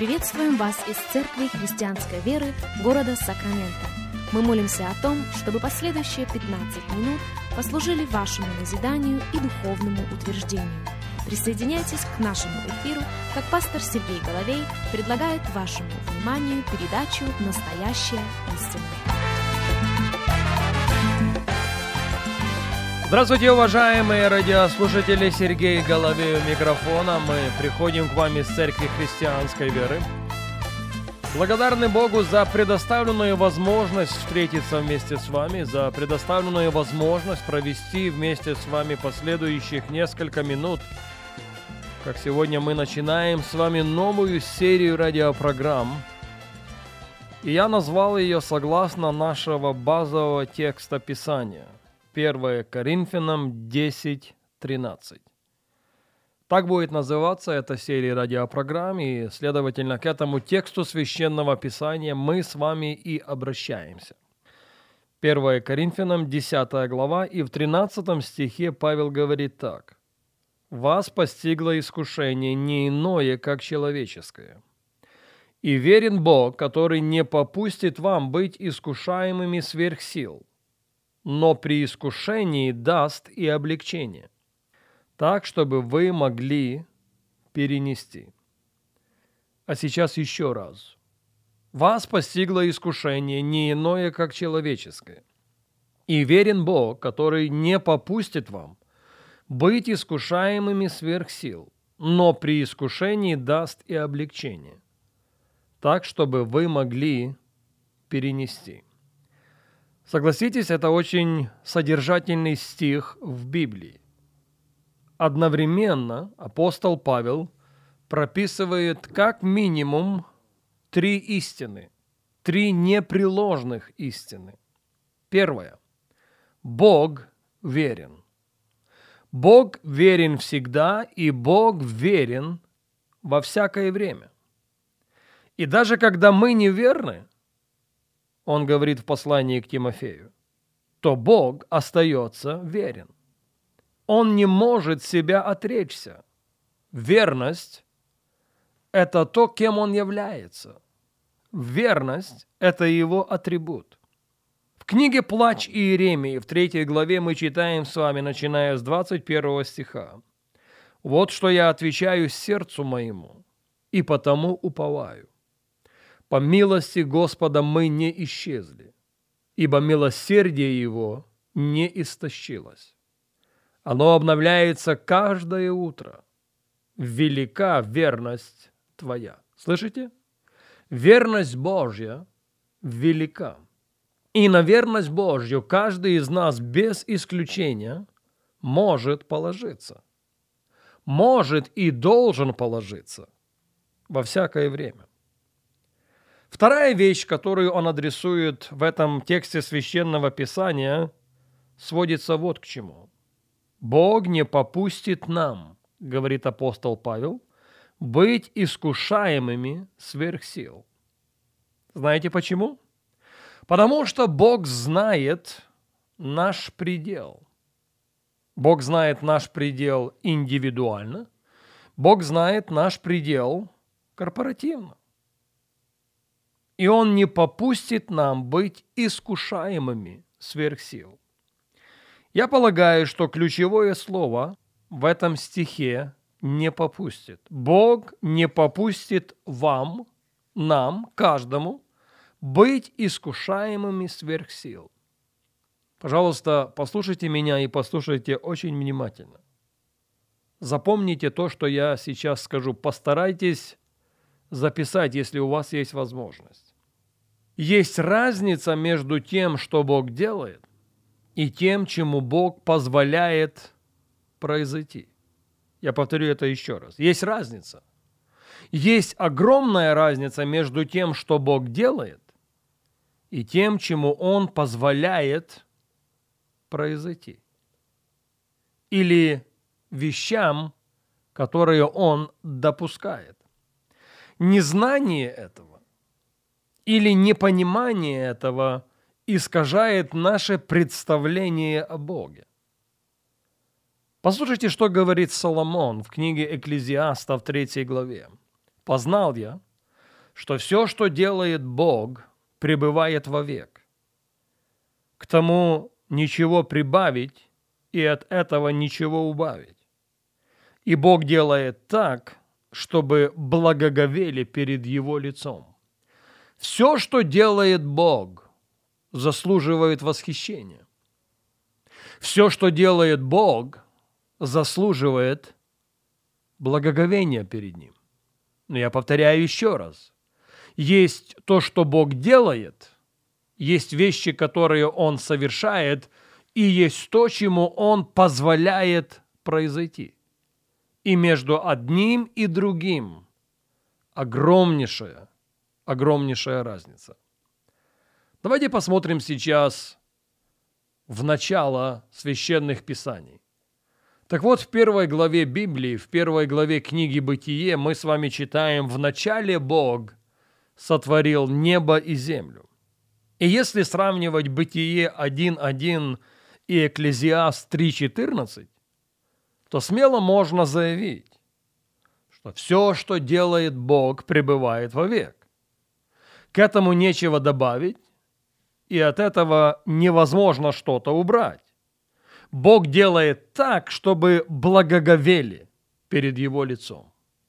Приветствуем вас из Церкви Христианской Веры города Сакраменто. Мы молимся о том, чтобы последующие 15 минут послужили вашему назиданию и духовному утверждению. Присоединяйтесь к нашему эфиру, как пастор Сергей Головей предлагает вашему вниманию передачу «Настоящая истина». Здравствуйте, уважаемые радиослушатели! Сергей Головей у микрофона. Мы приходим к вам из Церкви Христианской Веры. Благодарны Богу за предоставленную возможность встретиться вместе с вами, за предоставленную возможность провести вместе с вами последующих несколько минут. Как сегодня мы начинаем с вами новую серию радиопрограмм. И я назвал ее согласно нашего базового текста Писания. 1 Коринфянам 10:13. Так будет называться эта серия радиопрограмм, и, следовательно, к этому тексту Священного Писания мы с вами и обращаемся. 1 Коринфянам 10 глава, и в 13 стихе Павел говорит так. «Вас постигло искушение не иное, как человеческое. И верен Бог, который не попустит вам быть искушаемыми сверх сил, но при искушении даст и облегчение, так, чтобы вы могли перенести». А сейчас еще раз. «Вас постигло искушение не иное, как человеческое. И верен Бог, который не попустит вам быть искушаемыми сверх сил, но при искушении даст и облегчение, так, чтобы вы могли перенести». Согласитесь, это очень содержательный стих в Библии. Одновременно апостол Павел прописывает как минимум 3 истины, 3 непреложных истины. Первое. Бог верен. Бог верен всегда, и Бог верен во всякое время. И даже когда мы неверны, он говорит в послании к Тимофею, то Бог остается верен. Он не может себя отречься. Верность – это то, кем он является. Верность – это его атрибут. В книге «Плач Иеремии» в 3 главе мы читаем с вами, начиная с 21 стиха. «Вот что я отвечаю сердцу моему, и потому уповаю. По милости Господа мы не исчезли, ибо милосердие Его не истощилось. Оно обновляется каждое утро. Велика верность Твоя». Слышите? Верность Божья велика. И на верность Божью каждый из нас без исключения может положиться. Может и должен положиться во всякое время. Вторая вещь, которую он адресует в этом тексте Священного Писания, сводится вот к чему. «Бог не попустит нам, — говорит апостол Павел, — быть искушаемыми сверх сил». Знаете почему? Потому что Бог знает наш предел. Бог знает наш предел индивидуально, Бог знает наш предел корпоративно. И Он не попустит нам быть искушаемыми сверх сил. Я полагаю, что ключевое слово в этом стихе «не попустит». Бог не попустит вам, нам, каждому, быть искушаемыми сверх сил. Пожалуйста, послушайте меня и послушайте очень внимательно. Запомните то, что я сейчас скажу. Постарайтесь записать, если у вас есть возможность. Есть разница между тем, что Бог делает, и тем, чему Бог позволяет произойти. Я повторю это еще раз. Есть разница. Есть огромная разница между тем, что Бог делает, и тем, чему Он позволяет произойти. Или вещам, которые Он допускает. Незнание этого или непонимание этого искажает наше представление о Боге. Послушайте, что говорит Соломон в книге Экклезиаста в 3 главе. «Познал я, что все, что делает Бог, пребывает вовек. К тому ничего прибавить и от этого ничего убавить. И Бог делает так, чтобы благоговели перед Его лицом. Все, что делает Бог, заслуживает восхищения. Все, что делает Бог, заслуживает благоговения перед Ним. Но я повторяю еще раз. Есть то, что Бог делает, есть вещи, которые Он совершает, и есть то, чему Он позволяет произойти. И между одним и другим огромнейшая разница. Давайте посмотрим сейчас в начало священных писаний. Так вот, в первой главе Библии, в первой главе книги «Бытие» мы с вами читаем: «В начале Бог сотворил небо и землю». И если сравнивать Бытие 1.1 и Экклезиаст 3.14, то смело можно заявить, что все, что делает Бог, пребывает вовек. К этому нечего добавить, и от этого невозможно что-то убрать. Бог делает так, чтобы благоговели перед Его лицом.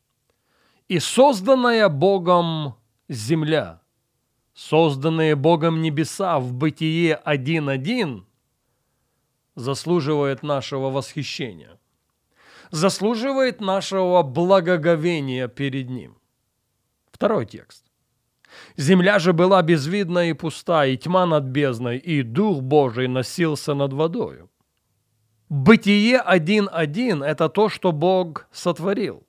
И созданная Богом земля, созданные Богом небеса в Бытие 1.1 заслуживает нашего восхищения, заслуживает нашего благоговения перед Ним. Второй текст. «Земля же была безвидна и пуста, и тьма над бездной, и Дух Божий носился над водою». Бытие 1.1 – это то, что Бог сотворил.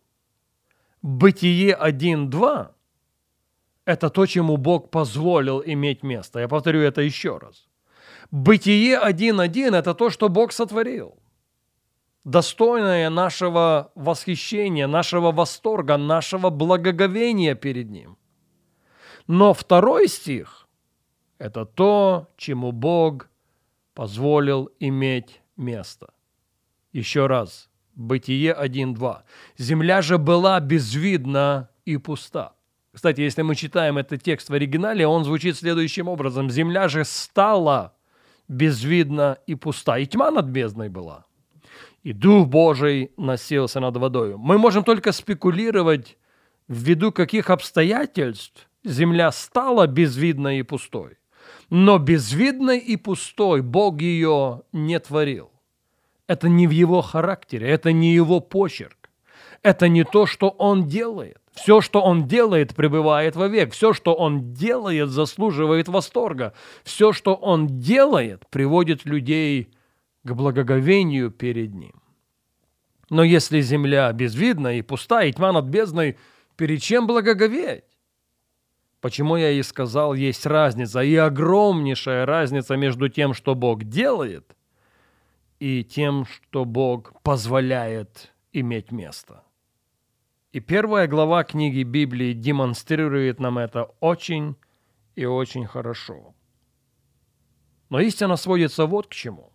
Бытие 1.2 – это то, чему Бог позволил иметь место. Я повторю это еще раз. Бытие 1.1 – это то, что Бог сотворил. Достойное нашего восхищения, нашего восторга, нашего благоговения перед Ним. Но второй стих – это то, чему Бог позволил иметь место. Еще раз. Бытие 1.2. «Земля же была безвидна и пуста». Кстати, если мы читаем этот текст в оригинале, он звучит следующим образом. «Земля же стала безвидна и пуста, и тьма над бездной была, и Дух Божий носился над водою». Мы можем только спекулировать, ввиду каких обстоятельств земля стала безвидной и пустой. Но безвидной и пустой Бог ее не творил. Это не в Его характере, это не Его почерк. Это не то, что Он делает. Все, что Он делает, пребывает вовек. Все, что Он делает, заслуживает восторга. Все, что Он делает, приводит людей к благоговению перед Ним. Но если земля безвидна и пуста, и тьма над бездной, перед чем благоговеть? Почему я и сказал, есть разница, и огромнейшая разница между тем, что Бог делает, и тем, что Бог позволяет иметь место. И первая глава книги Библии демонстрирует нам это очень и очень хорошо. Но истина сводится вот к чему.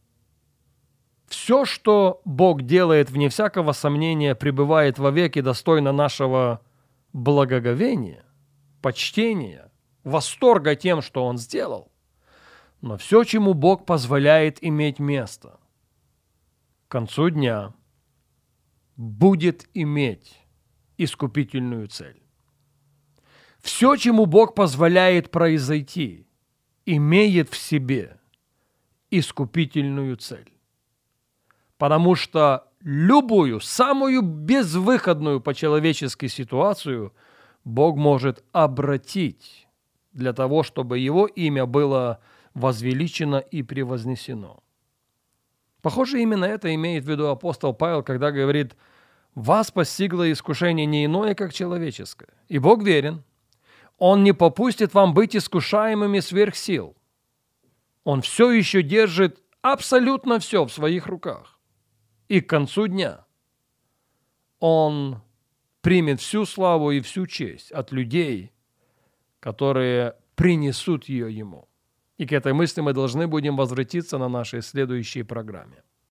Все, что Бог делает, вне всякого сомнения, пребывает вовек и достойно нашего благоговения, почтения, восторга тем, что Он сделал. Но все, чему Бог позволяет иметь место, к концу дня будет иметь искупительную цель. Все, чему Бог позволяет произойти, имеет в себе искупительную цель. Потому что любую, самую безвыходную по-человечески ситуацию Бог может обратить для того, чтобы Его имя было возвеличено и превознесено. Похоже, именно это имеет в виду апостол Павел, когда говорит: «Вас постигло искушение не иное, как человеческое, и Бог верен. Он не попустит вам быть искушаемыми сверх сил. Он все еще держит абсолютно все в своих руках. И к концу дня Он примет всю славу и всю честь от людей, которые принесут ее Ему». И к этой мысли мы должны будем возвратиться на нашей следующей программе.